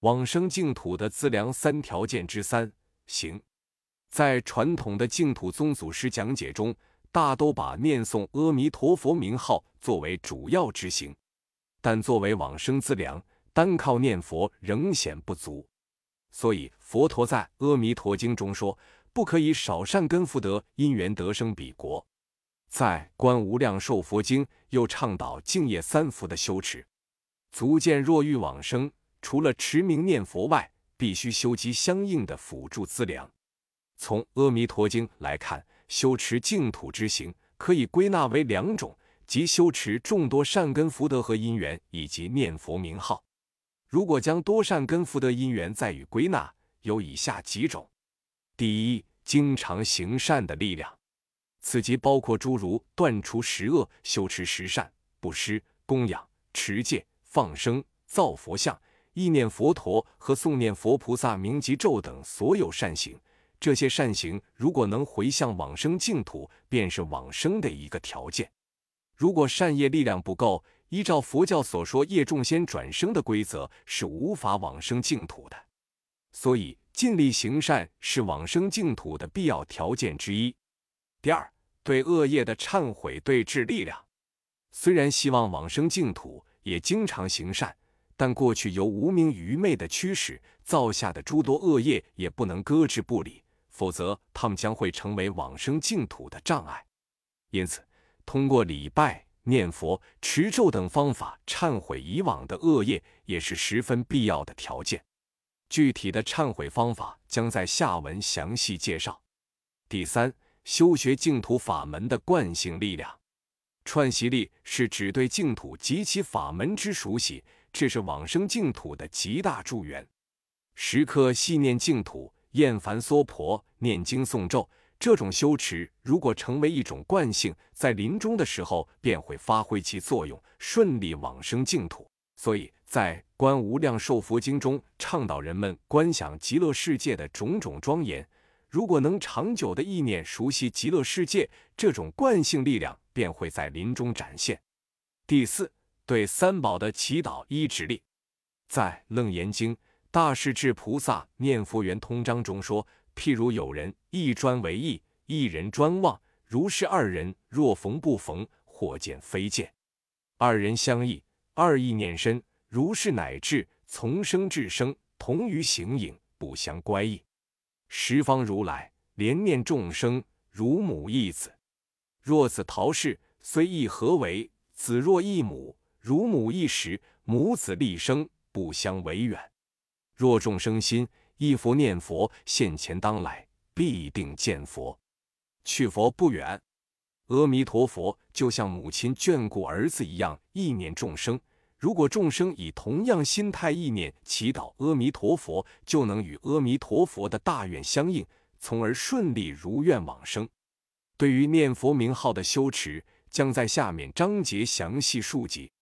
往生净土的资粮三条件之三，行。在传统的净土宗祖师讲解中，大都把念诵阿弥陀佛名号作为主要之行，但作为往生资粮，单靠念佛仍显不足。所以佛陀在《阿弥陀经》中说，不可以少善根福德因缘得生彼国。在《观无量寿佛经》又倡导净业三福的修持。足见若欲往生，除了持名念佛外，必须修集相应的辅助资粮。从《阿弥陀经》来看，修持净土之行可以归纳为两种，即修持众多善根福德和因缘，以及念佛名号。如果将多善根福德因缘再予归纳，有以下几种：第一，经常行善的力量，此即包括诸如断除十恶、修持十善、布施、供养、持戒、放生、造佛像、意念佛陀和诵念佛菩萨名及咒等所有善行。这些善行如果能回向往生净土，便是往生的一个条件。如果善业力量不够，依照佛教所说业众先转生的规则，是无法往生净土的。所以尽力行善是往生净土的必要条件之一。第二，对恶业的忏悔对治力量。虽然希望往生净土，也经常行善，但过去由无明愚昧的驱使造下的诸多恶业也不能搁置不理，否则他们将会成为往生净土的障碍。因此，通过礼拜、念佛、持咒等方法忏悔以往的恶业，也是十分必要的条件。具体的忏悔方法将在下文详细介绍。第三，修学净土法门的惯性力量。串习力是指对净土及其法门之熟悉，这是往生净土的极大助缘。时刻系念净土、厌烦娑婆、念经诵咒，这种修持如果成为一种惯性，在临终的时候便会发挥其作用，顺利往生净土。所以在《观无量寿佛经》中倡导人们观想极乐世界的种种庄严，如果能长久的意念熟悉极乐世界，这种惯性力量便会在临终展现。第四，对三宝的祈祷依止力。在《楞严经·大势至菩萨念佛圆通章》中说，譬如有人一专为意，一人专望，如是二人若逢不逢，或见非见，二人相忆，二意念深，如是乃至从生至生，同于形影，不相乖异。十方如来怜念众生，如母忆子。若子逃世，虽亦何为？子若忆母，如母忆时，母子立生，不相为远。若众生心忆佛念佛，现前当来，必定见佛。去佛不远。阿弥陀佛就像母亲眷顾儿子一样意念众生，如果众生以同样心态意念祈祷阿弥陀佛，就能与阿弥陀佛的大愿相应，从而顺利如愿往生。对于念佛名号的修持，将在下面章节详细述及。